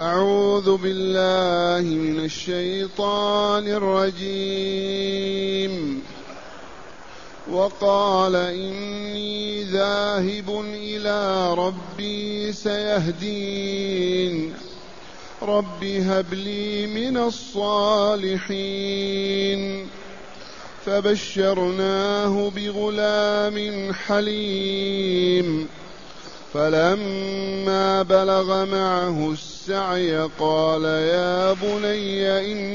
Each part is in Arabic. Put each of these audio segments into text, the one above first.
أعوذ بالله من الشيطان الرجيم. وقال إني ذاهب إلى ربي سيهدين رب هب لي من الصالحين. فبشرناه بغلام حليم فلما بلغ معه السعي قال يا بني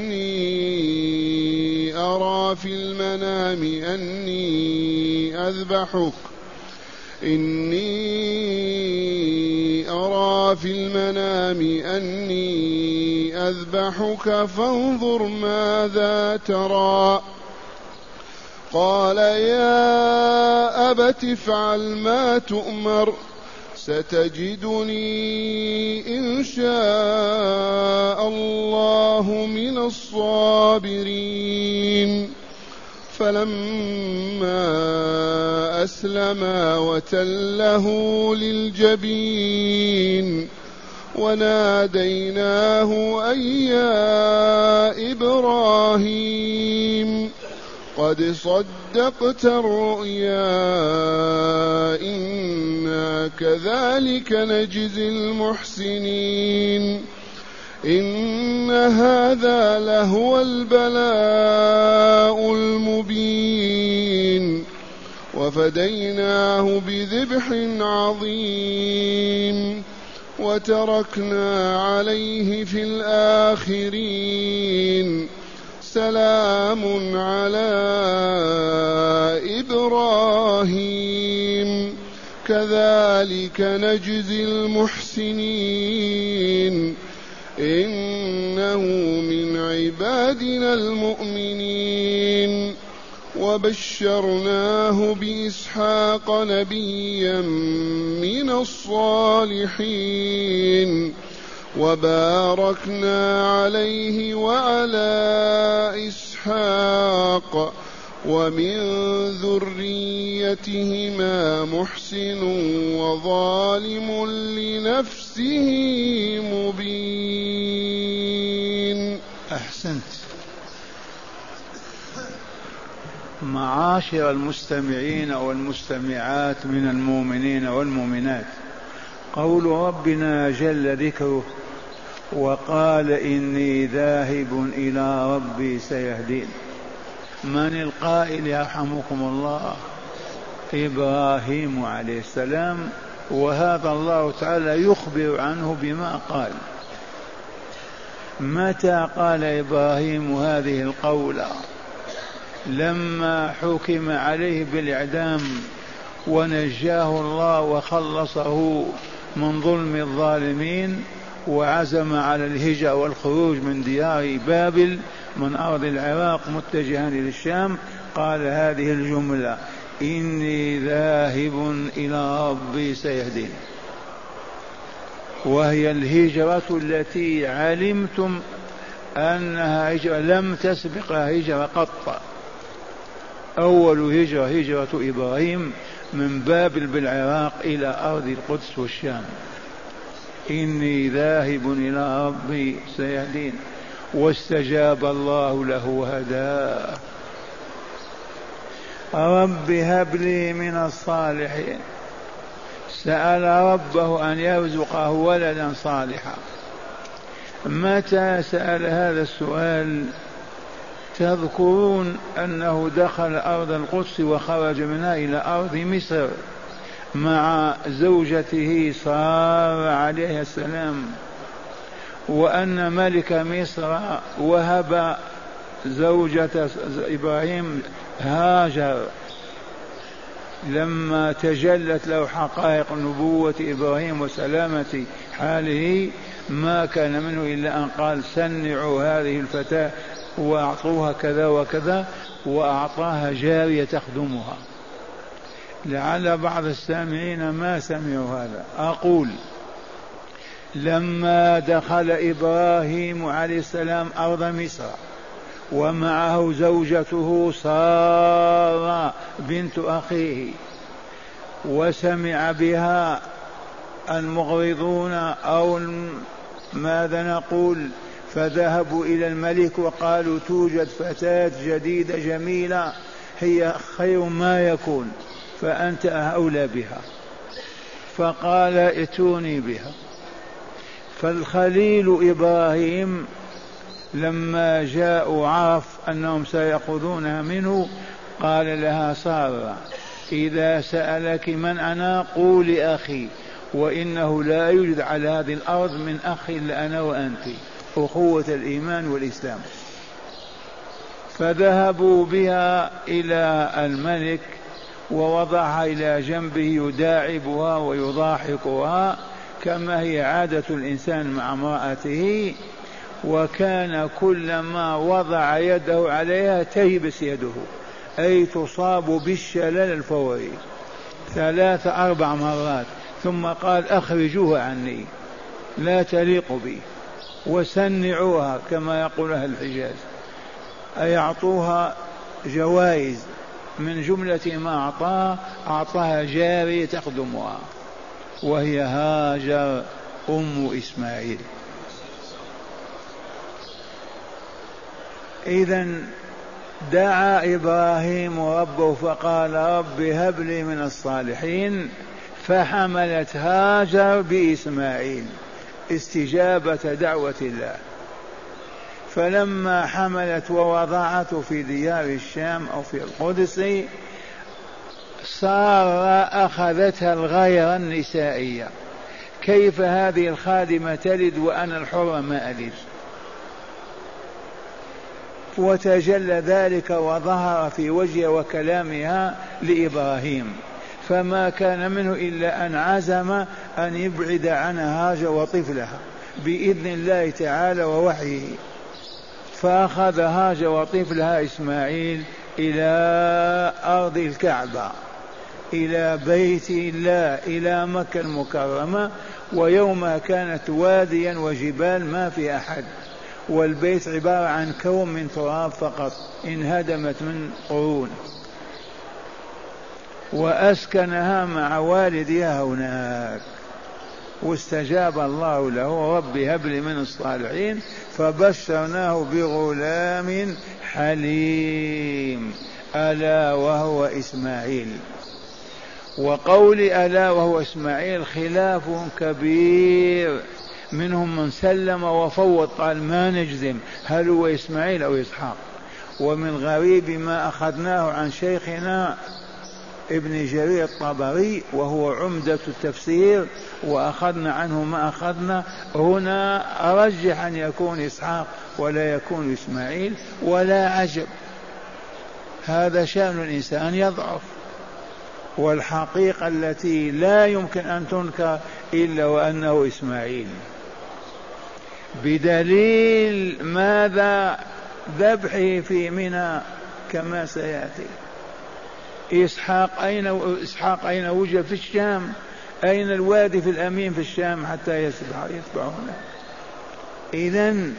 إني أرى في المنام أني أذبحك فانظر ماذا ترى. قال يا أبت افعل ما تؤمر ستجدني إن شاء الله من الصابرين. فلما أسلما وتله للجبين وناديناه أن يا إبراهيم قد صدقت الرؤيا إنا كذلك نجزي المحسنين. إن هذا لهو البلاء المبين وفديناه بذبح عظيم وتركنا عليه في الآخرين سلام على إبراهيم كذلك نجزي المحسنين إنه من عبادنا المؤمنين. وبشرناه بإسحاق نبيا من الصالحين وباركنا عليه وعلى إسحاق ومن ذريتهما محسن وظالم لنفسه مبين. أحسنت. معاشر المستمعين والمستمعات من المؤمنين والمؤمنات، قول ربنا جل ذكره وقال إني ذاهب إلى ربي سيهدين، من القائل يرحمكم الله؟ إبراهيم عليه السلام، وهذا الله تعالى يخبر عنه بما قال. متى قال إبراهيم هذه القولة؟ لما حكم عليه بالإعدام ونجاه الله وخلصه من ظلم الظالمين وعزم على الهجرة والخروج من ديار بابل من أرض العراق متجها إلى الشام، قال هذه الجملة: إني ذاهب إلى ربي سيهدين. وهي الهجرة التي علمتم أنها هجرة لم تسبقها هجرة قط. أول هجرة هجرة إبراهيم من بابل بالعراق إلى أرض القدس والشام. إني ذاهب إلى ربي سيهدين، واستجاب الله له وهداه. رب هب لي من الصالحين، سأل ربه أن يرزقه ولدا صالحا. متى سأل هذا السؤال؟ تذكرون أنه دخل أرض القدس وخرج منها إلى أرض مصر مع زوجته سارة عليه السلام، وأن ملك مصر وهب زوجة إبراهيم هاجر. لما تجلت له حقائق نبوة إبراهيم وسلامة حاله ما كان منه إلا أن قال: سنعوا هذه الفتاة وأعطوها كذا وكذا، وأعطاها جارية تخدمها. لعل بعض السامعين ما سمعوا هذا. أقول: لما دخل إبراهيم عليه السلام أرض مصر ومعه زوجته سارة بنت أخيه، وسمع بها المغرضون أو ماذا نقول؟ فذهبوا إلى الملك وقالوا توجد فتاة جديدة جميلة هي خير ما يكون فأنت أولى بها. فقال ائتوني بها. فالخليل إبراهيم لما جاءوا عرف أنهم سيأخذونها منه قال لها سارة إذا سألك من أنا قولي أخي، وإنه لا يوجد على هذه الأرض من أخ إلا أنا وأنت، أخوة الإيمان والإسلام. فذهبوا بها إلى الملك ووضعها إلى جنبه يداعبها ويضاحكها كما هي عادة الإنسان مع امرأته، وكان كلما وضع يده عليها تيبس يده، أي تصاب بالشلل الفوري 3 4 مرات، ثم قال أخرجوها عني لا تليق بي، وسنعوها كما يقول أهل الحجاز، أي أعطوها جوائز. من جملة ما أعطاها جارية تخدمها وهي هاجر أم إسماعيل. إذن دعا إبراهيم ربه فقال رب هب لي من الصالحين، فحملت هاجر بإسماعيل استجابة دعوة الله. فلما حملت ووضعته في ديار الشام أو في القدس صار أخذتها الغيرة النسائية، كيف هذه الخادمة تلد وأنا الحرة ما ألد؟ وتجلى ذلك وظهر في وجه وكلامها لإبراهيم، فما كان منه إلا أن عزم أن يبعد عنها هاجر وطفلها بإذن الله تعالى ووحيه. فأخذ هاجر وطفلها إسماعيل إلى أرض الكعبة، إلى بيت الله، إلى مكة المكرمة، ويومها كانت واديا وجبال ما في أحد، والبيت عبارة عن كوم من تراب فقط انهدمت من قرون، وأسكنها مع والدها هناك. واستجاب الله له رب هب لي من الصالحين، فبشرناه بغلام حليم ألا وهو إسماعيل. وقول ألا وهو إسماعيل خلاف كبير، منهم من سلم وفوض قال ما نجزم هل هو إسماعيل أو إسحاق. ومن غريب ما أخذناه عن شيخنا ابن جرير الطبري وهو عمدة التفسير، وأخذنا عنه ما أخذنا، هنا أرجح أن يكون إسحاق ولا يكون إسماعيل، ولا عجب، هذا شأن الإنسان يضعف. والحقيقة التي لا يمكن أن تنكر إلا وأنه إسماعيل، بدليل ماذا؟ ذبحه في منى كما سيأتي. إسحاق أين وجد؟ في الشام. أين الوادي في الأمين في الشام حتى يتبعونه؟ إذن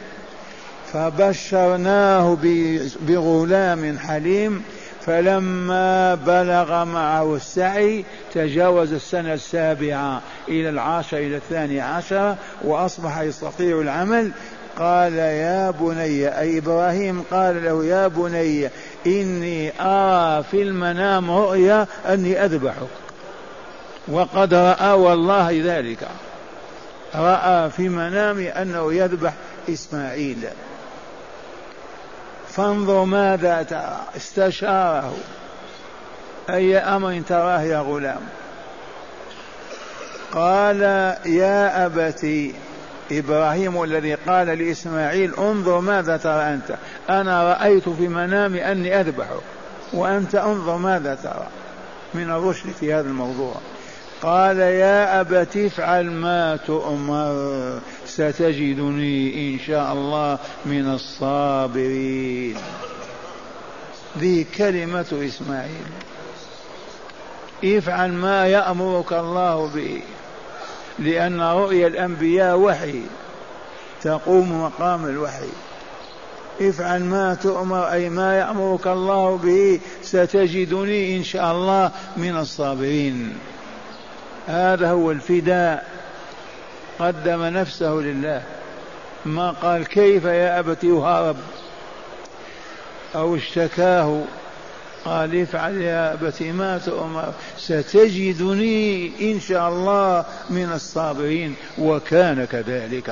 فبشرناه بغلام حليم، فلما بلغ معه السعي تجاوز السنة 7 إلى 10 إلى 12 وأصبح يستطيع العمل، قال يا بني، أي إبراهيم قال له يا بني إني أرى في المنام رؤيا أني أذبحك. وقد رأى والله ذلك، رأى في منامه أنه يذبح إسماعيل. فانظر ماذا ترى، استشاره أي أمر تراه يا غلام؟ قال يا أبتي، إبراهيم الذي قال لإسماعيل انظر ماذا ترى أنت، أنا رأيت في منامي أني أذبحك وأنت انظر ماذا ترى من الرشد في هذا الموضوع. قال يا أبت افعل ما تؤمر ستجدني إن شاء الله من الصابرين. ذي كلمة إسماعيل، افعل ما يأمرك الله به، لأن رؤيا الأنبياء وحي تقوم مقام الوحي. افعل ما تؤمر أي ما يأمرك الله به ستجدني إن شاء الله من الصابرين. هذا هو الفداء، قدم نفسه لله. ما قال كيف يا أبت وهرب أو اشتكاه، قال افعل يا أبت ما تؤمر ستجدني إن شاء الله من الصابرين، وكان كذلك.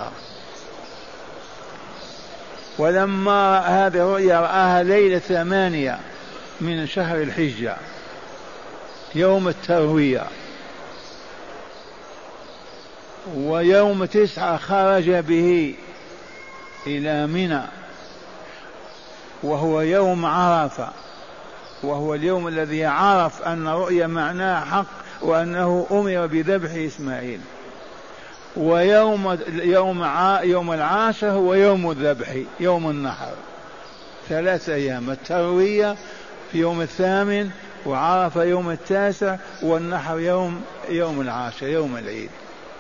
ولما رأى هذه الرؤيا رآها ليلة 8 من شهر الحجة يوم التروية، ويوم 9 خرج به إلى منى وهو يوم عرفة، وهو اليوم الذي عرف أن رؤيا معناه حق وأنه أمر بذبح إسماعيل. ويوم يوم العاشر هو يوم الذبح، يوم النحر، 3 أيام، التروية في يوم 8 وعرفة يوم 9 والنحر يوم العاشر يوم العيد.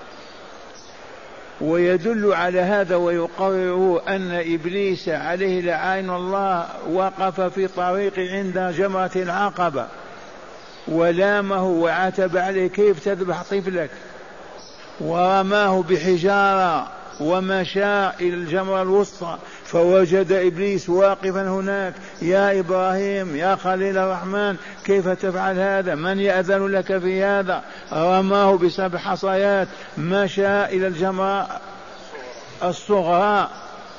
ويدل على هذا ويقرر أن إبليس عليه لعين الله وقف في طريق عند جمرة العقبة ولامه وعتب عليه كيف تذبح طفلك، ورماه بحجارة ومشى إلى الجمرة الوسطى، فوجد إبليس واقفا هناك: يا إبراهيم يا خليل الرحمن كيف تفعل هذا؟ من يأذن لك في هذا؟ رماه ب7 حصيات، مشى إلى الجمرة الصغرى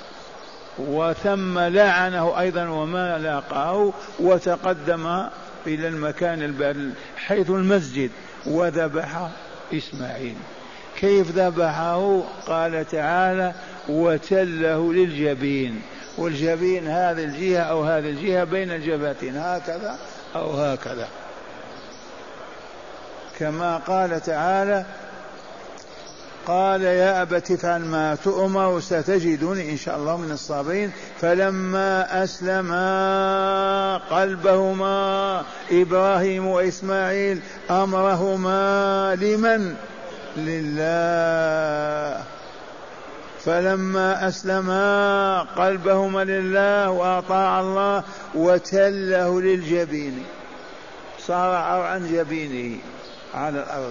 وثم لعنه أيضا وما لاقاه، وتقدم إلى المكان حيث المسجد وذبح إسماعيل. كيف ذبحه؟ قال تعالى: وتله للجبين، والجبين هذه الجهة أو هذه الجهة بين الجبهتين، هكذا أو هكذا، كما قال تعالى: قال يا أبت افعل ما تؤمر ستجدني إن شاء الله من الصابرين. فلما أسلما قلبهما إبراهيم وإسماعيل أمرهما لمن؟ لله. فلما أسلما قلبهما لله وأطاع الله وتله للجبين، صار عن جبينه على الأرض،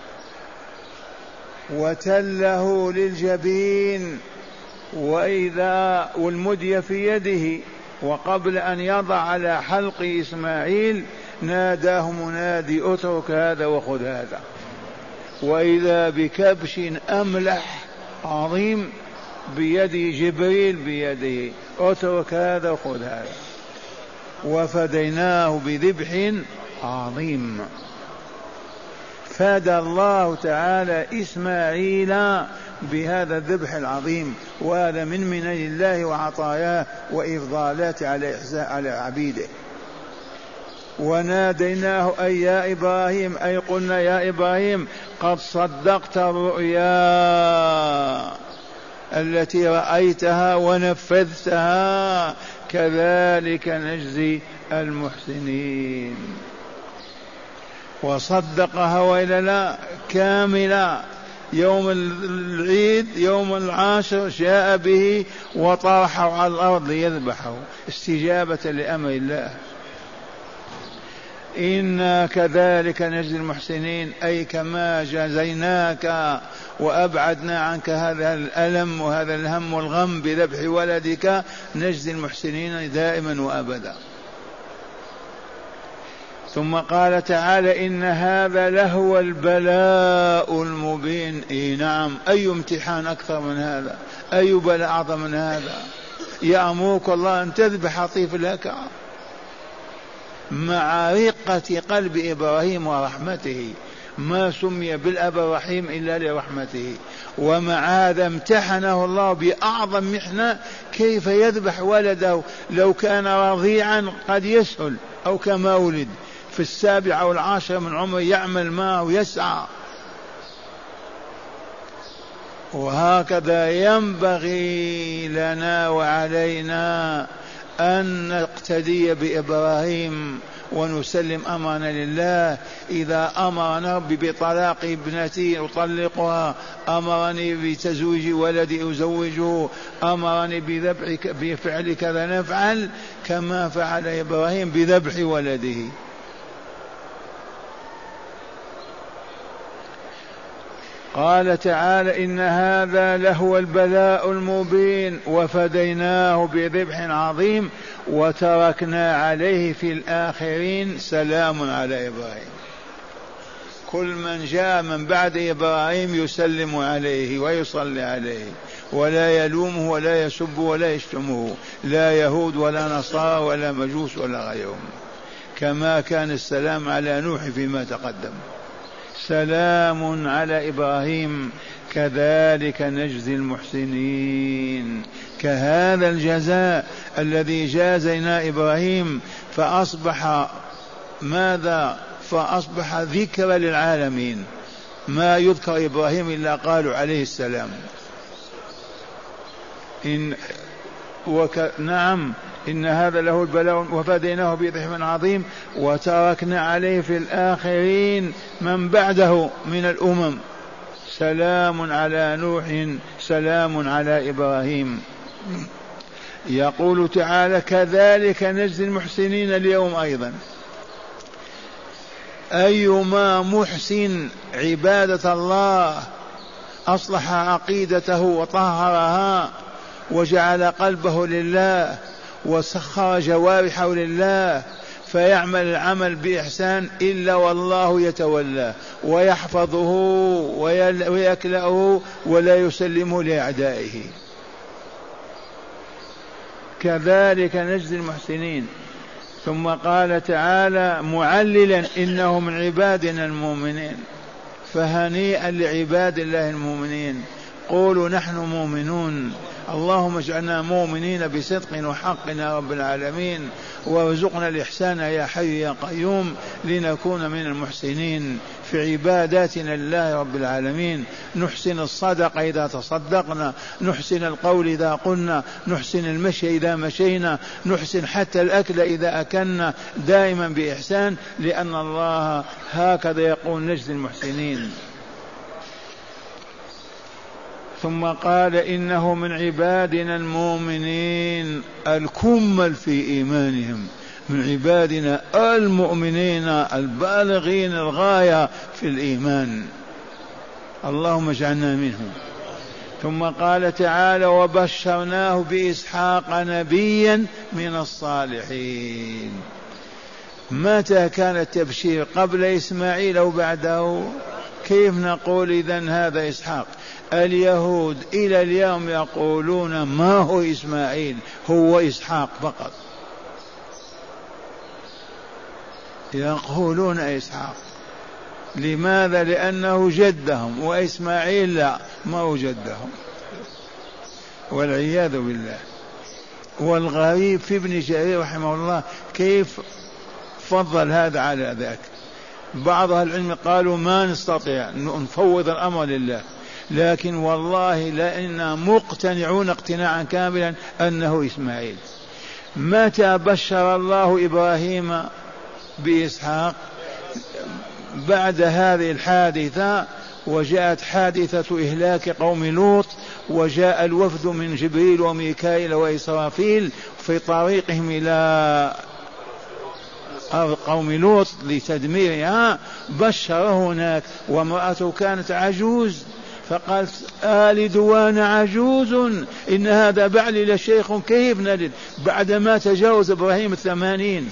وتله للجبين، وإذا والمدي في يده، وقبل أن يضع على حلق إسماعيل ناداه منادي: اترك هذا وخذ هذا. وإذا بكبش أملح عظيم بيد جبريل بيده: اترك هذا وخذ هذا. وفديناه بذبح عظيم. فدى الله تعالى إسماعيل بهذا الذبح العظيم، وهذا من منن الله وعطاياه وإفضالات على عبيده. وناديناه أي يا إبراهيم، أي قلنا يا إبراهيم قد صدقت الرؤيا التي رأيتها ونفذتها، كذلك نجزي المحسنين. وصدقها وإلا لا كاملا. يوم العيد يوم العاشر جاء به وطرحه على الأرض ليذبحه استجابة لأمر الله. إنا كذلك نجزي المحسنين، أي كما جزيناك وأبعدنا عنك هذا الألم وهذا الهم والغم بذبح ولدك، نجزي المحسنين دائما وأبدا. ثم قال تعالى: إن هذا لهو البلاء المبين. إيه نعم، أي امتحان أكثر من هذا؟ أي بلاء أعظم من هذا؟ يأمرك الله أن تذبح طفلك مع رقة قلب إبراهيم ورحمته، ما سمي بالأب الرحيم إلا لرحمته، ومع هذا امتحنه الله بأعظم محنة: كيف يذبح ولده؟ لو كان رضيعا قد يسهل، أو كما ولد في 7 أو 10 من عمره يعمل معه ويسعى. وهكذا ينبغي لنا وعلينا أن نقتدي بإبراهيم ونسلم أمرنا لله. إذا أمرنا بطلاق ابنتي أطلقها، أمرني بتزويج ولدي أزوجه، أمرني بفعل كذا نفعل، كما فعل إبراهيم بذبح ولده. قال تعالى إن هذا لهو البلاء المبين وفديناه بذبح عظيم وتركنا عليه في الآخرين سلام على إبراهيم. كل من جاء من بعد إبراهيم يسلم عليه ويصلي عليه ولا يلومه ولا يسب ولا يشتمه، لا يهود ولا نصارى ولا مجوس ولا غيرهم، كما كان السلام على نوح فيما تقدم. سلام على إبراهيم كذلك نجزي المحسنين. كهذا الجزاء الذي جازينا إبراهيم فأصبح ماذا؟ فأصبح ذكر للعالمين، ما يذكر إبراهيم إلا قالوا عليه السلام. نعم إن هذا له البلاء وفديناه بذبح عظيم وتركنا عليه في الآخرين من بعده من الأمم سلام على نوح سلام على إبراهيم. يقول تعالى كذلك نجزي المحسنين اليوم أيضا. أيما محسن عبادة الله أصلح عقيدته وطهرها وجعل قلبه لله وسخر جوارحه لله فيعمل العمل بإحسان إلا والله يتولاه ويحفظه ويكلأه ولا يسلمه لأعدائه. كذلك نجزي المحسنين. ثم قال تعالى معللا إنه من عبادنا المؤمنين. فهنيئا لعباد الله المؤمنين. قولوا نحن مؤمنون. اللهم اجعلنا مؤمنين بصدق وحق يا رب العالمين، وارزقنا الإحسان يا حي يا قيوم لنكون من المحسنين في عباداتنا لله رب العالمين. نحسن الصدقة إذا تصدقنا، نحسن القول إذا قلنا، نحسن المشي إذا مشينا، نحسن حتى الأكل إذا أكلنا، دائما بإحسان، لأن الله هكذا يقول نجزي المحسنين. ثم قال إنه من عبادنا المؤمنين الكمل في إيمانهم، من عبادنا المؤمنين البالغين الغاية في الإيمان، اللهم اجعلنا منهم. ثم قال تعالى وبشرناه بإسحاق نبيا من الصالحين. متى كان التبشير؟ قبل إسماعيل أو بعده؟ كيف نقول إذن هذا إسحاق؟ اليهود إلى اليوم يقولون ما هو إسماعيل، هو إسحاق فقط، يقولون إسحاق. لماذا؟ لأنه جدهم، وإسماعيل لا، ما هو جدهم، والعياذ بالله. والغريب في ابن جرير رحمه الله كيف فضل هذا على ذاك. بعض أهل العلم قالوا ما نستطيع نفوض الأمر لله، لكن والله لأننا مقتنعون اقتناعا كاملا أنه إسماعيل. متى بشر الله إبراهيم بإسحاق؟ بعد هذه الحادثة، وجاءت حادثة إهلاك قوم لوط، وجاء الوفد من جبريل وميكائيل وإسرافيل في طريقهم إلى قوم لوط لتدميرها. بشره هناك، وامرأته كانت عجوز، فقالت آلد وأنا عجوز إن هذا بعلي لشيخ كيف نلد، بعدما تجاوز إبراهيم 80.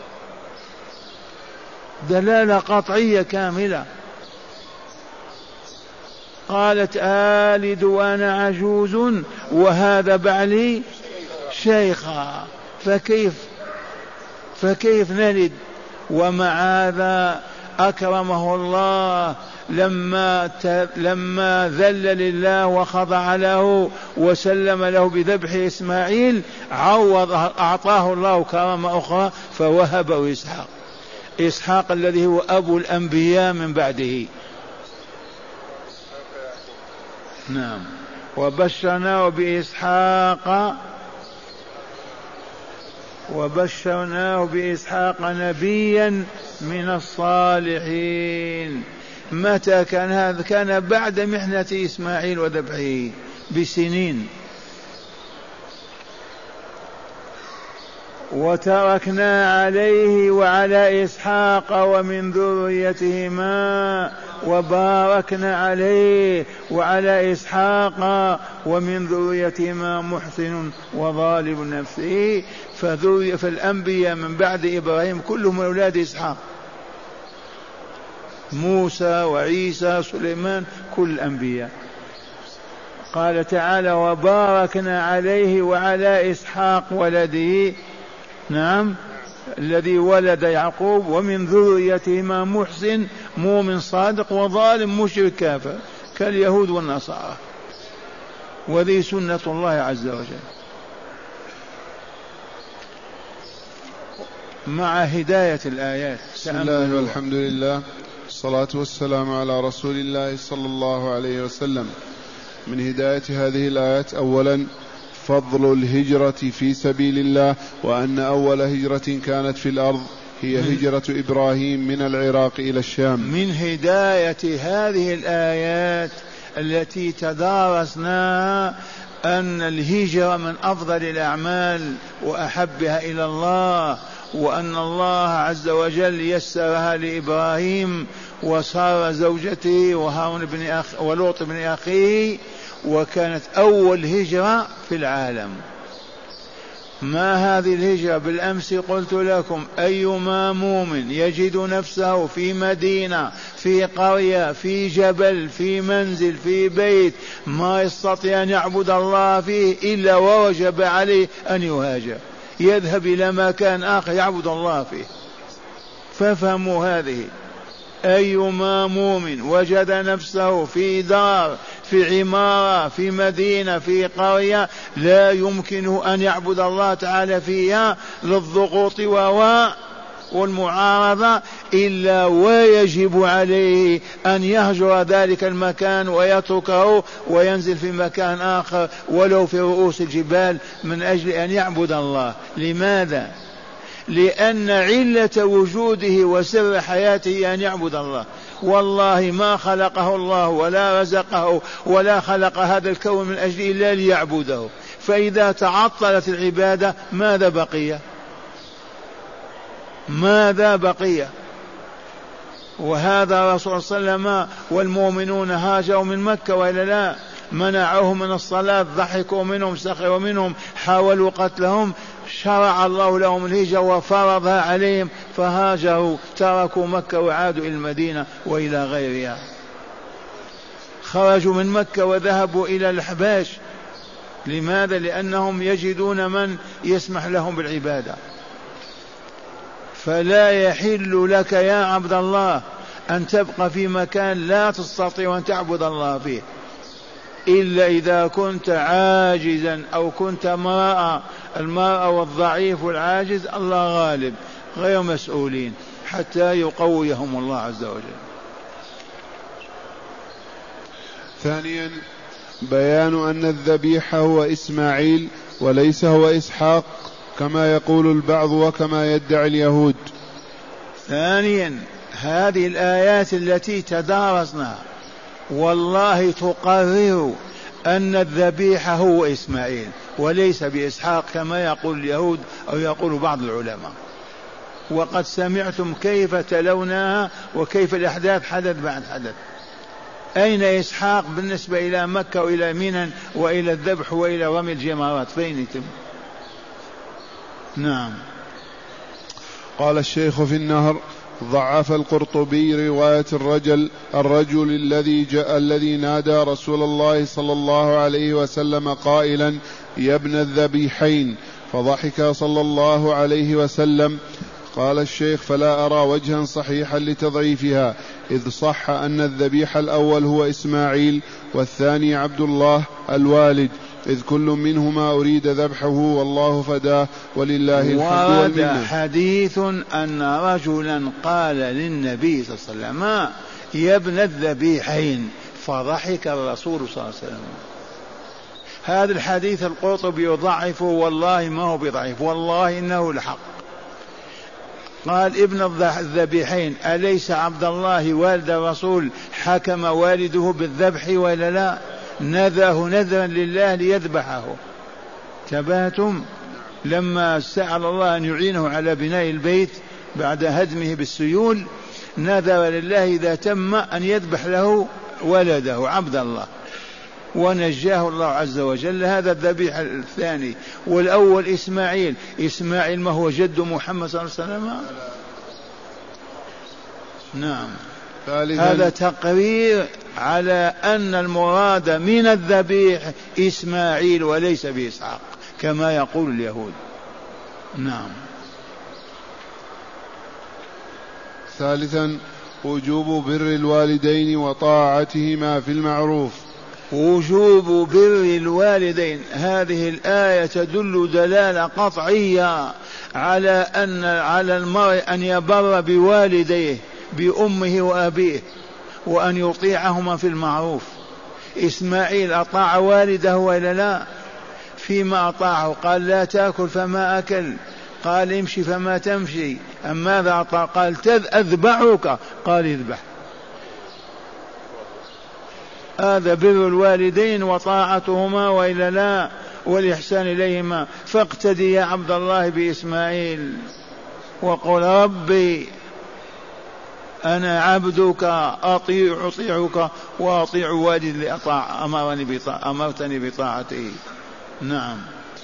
دلالة قطعية كاملة. قالت آلد وأنا عجوز وهذا بعلي شيخا، فكيف نلد؟ ومع هذا أكرمه الله لما ذل لله وخضع له وسلم له بذبح إسماعيل، أعطاه الله كرامة أخرى فوهبه إسحاق، إسحاق الذي هو أبو الأنبياء من بعده. نعم. وبشرناه بإسحاق نبيا من الصالحين. متى كان هذا؟ كان بعد محنة إسماعيل وذبحه بسنين. وتركنا عليه وعلى إسحاق ومن ذريتهما وباركنا عليه وعلى إسحاق ومن ذريتهما محسن وظالم نفسه. فالأنبياء من بعد إبراهيم كلهم أولاد إسحاق، موسى وعيسى سليمان كل الأنبياء. قال تعالى وباركنا عليه وعلى إسحاق ولده، نعم الذي ولد يعقوب، ومن ذريتهما محسن مؤمن صادق وظالم مشرك كافر كاليهود والنصارى. وذي سنة الله عز وجل. مع هداية الآيات. بسم الله والحمد لله والصلاة والسلام على رسول الله صلى الله عليه وسلم. من هداية هذه الآيات أولا فضل الهجرة في سبيل الله، وأن أول هجرة كانت في الأرض هي هجرة إبراهيم من العراق إلى الشام. من هداية هذه الآيات التي تدارسناها أن الهجرة من أفضل الأعمال وأحبها إلى الله، وأن الله عز وجل يسرها لإبراهيم وصار زوجته وهارون بن ولوط بن أخيه، وكانت أول هجرة في العالم. ما هذه الهجرة؟ بالأمس قلت لكم أيما مؤمن يجد نفسه في مدينة، في قرية، في جبل، في منزل، في بيت ما يستطيع أن يعبد الله فيه إلا ووجب عليه أن يهاجر، يذهب إلى مكان آخر يعبد الله فيه. فافهموا هذه. أيما مؤمن وجد نفسه في دار، في عمارة، في مدينة، في قرية لا يمكنه أن يعبد الله تعالى فيها للضغوط والمعارضة، إلا ويجب عليه أن يهجر ذلك المكان ويتركه وينزل في مكان آخر ولو في رؤوس الجبال من أجل أن يعبد الله. لماذا؟ لأن علة وجوده وسر حياته أن يعبد الله. والله ما خلقه الله ولا رزقه ولا خلق هذا الكون من أجل إلا ليعبده. فإذا تعطلت العبادة ماذا بقي؟ ماذا بقي؟ وهذا رسول الله صلى الله عليه وسلم والمؤمنون هاجروا من مكة وإلا لا؟ منعوهم من الصلاة، ضحكوا منهم، سخروا منهم، حاولوا قتلهم، شرع الله لهم الهجرة وفرضها عليهم فهاجروا، تركوا مكة وعادوا إلى المدينة وإلى غيرها. خرجوا من مكة وذهبوا إلى الأحباش. لماذا؟ لأنهم يجدون من يسمح لهم بالعبادة. فلا يحل لك يا عبد الله أن تبقى في مكان لا تستطيع أن تعبد الله فيه إلا إذا كنت عاجزا أو كنت المرأة والضعيف والعاجز الله غالب غير مسؤولين حتى يقويهم الله عز وجل. ثانيا بيان أن الذبيح هو إسماعيل وليس هو إسحاق كما يقول البعض وكما يدعي اليهود. ثانيا هذه الآيات التي تدارسنا والله تقرر أن الذبيح هو إسماعيل وليس بإسحاق كما يقول اليهود أو يقول بعض العلماء. وقد سمعتم كيف تلوناها وكيف الأحداث حدث بعد حدث. أين إسحاق بالنسبة إلى مكة وإلى منى وإلى الذبح وإلى رمي الجمرات؟ فين يتم؟ نعم. قال الشيخ في النهر ضعف القرطبي رواية الرجل الذي نادى رسول الله صلى الله عليه وسلم قائلا يا ابن الذبيحين فضحك صلى الله عليه وسلم. قال الشيخ فلا أرى وجها صحيحا لتضعيفها إذ صح أن الذبيح الأول هو إسماعيل والثاني عبد الله الوالد إذ كل منهما أريد ذبحه والله فداه ولله الحمد والمنة. ورد حديث أن رجلا قال للنبي صلى الله عليه وسلم يا ابن الذبيحين فضحك الرسول صلى الله عليه وسلم. هذا الحديث القرطبي يضعفه والله ما هو بضعيف والله إنه الحق. قال ابن الذبيحين أليس عبد الله والد الرسول حكم والده بالذبح ولا لا؟ نذره نذرا لله ليذبحه. تباتم. لما سأل الله أن يعينه على بناء البيت بعد هدمه بالسيول نذر لله إذا تم أن يذبح له ولده عبد الله، ونجاه الله عز وجل. هذا الذبيح الثاني. والأول إسماعيل. إسماعيل ما هو جد محمد صلى الله عليه وسلم؟ نعم. هذا تقرير على أن المراد من الذبيح إسماعيل وليس بإسحاق كما يقول اليهود. نعم. ثالثا وجوب بر الوالدين وطاعتهما في المعروف. وجوب بر الوالدين، هذه الآية تدل دلالة قطعية على أن على المرء أن يبر بوالديه بأمه وأبيه وأن يطيعهما في المعروف. إسماعيل أطاع والده وإلا لا؟ فيما أطاعه قال لا تأكل فما أكل، قال امشي فما تمشي. أما ماذا أطاع؟ قال أذبحك، قال اذبح. هذا بر الوالدين وطاعتهما وإلا لا، والإحسان إليهما. فاقتدي يا عبد الله بإسماعيل وقل ربي أنا عبدك أطيعك وأطيع والدي اللي أمرتني بطاعته. نعم.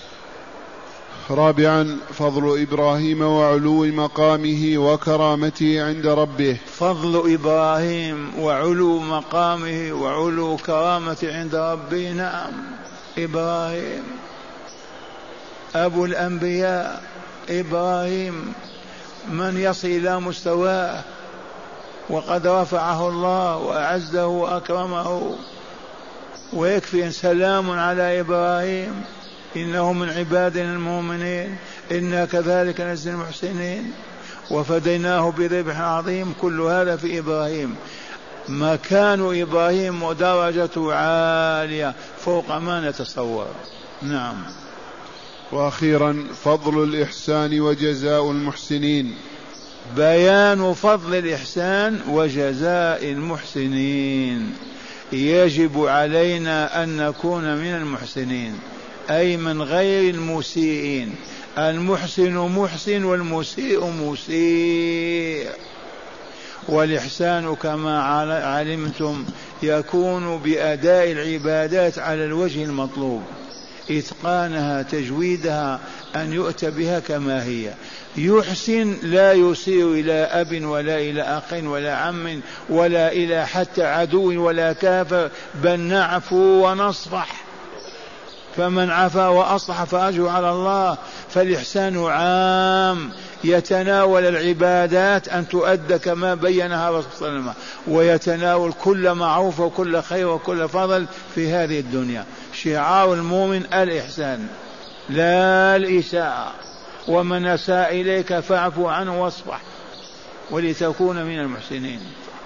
رابعا فضل إبراهيم وعلو مقامه وكرامته عند ربه. فضل إبراهيم وعلو مقامه وعلو كرامته عند ربه. نعم. إبراهيم أبو الأنبياء، إبراهيم من يصل إلى مستواه وقد رفعه الله وأعزه وأكرمه. ويكفي سلام على إبراهيم إنه من عبادنا المؤمنين إنا كذلك نجزي المحسنين وفديناه بذبح عظيم. كل هذا في إبراهيم. مكان إبراهيم ودرجته عالية فوق ما نتصور. نعم. وأخيرا فضل الإحسان وجزاء المحسنين. بيان فضل الإحسان وجزاء المحسنين. يجب علينا أن نكون من المحسنين، أي من غير المسيئين. المحسن محسن والمسيء مسيء. والإحسان كما علمتم يكون بأداء العبادات على الوجه المطلوب، إتقانها تجويدها، أن يؤتى بها كما هي. يحسن لا يسيء إلى أب ولا إلى أخ ولا عم ولا إلى حتى عدو ولا كافر، بل نعفو ونصفح. فمن عفا وأصلح فأجره على الله. فالإحسان عام يتناول العبادات أن تؤدى كما بينها الرسول صلى الله عليه وسلم، ويتناول كل معروف وكل خير وكل فضل في هذه الدنيا. شعار المؤمن الإحسان لا الإساءة. ومن أساء إليك فاعف عنه واصفح ولتكون من المحسنين.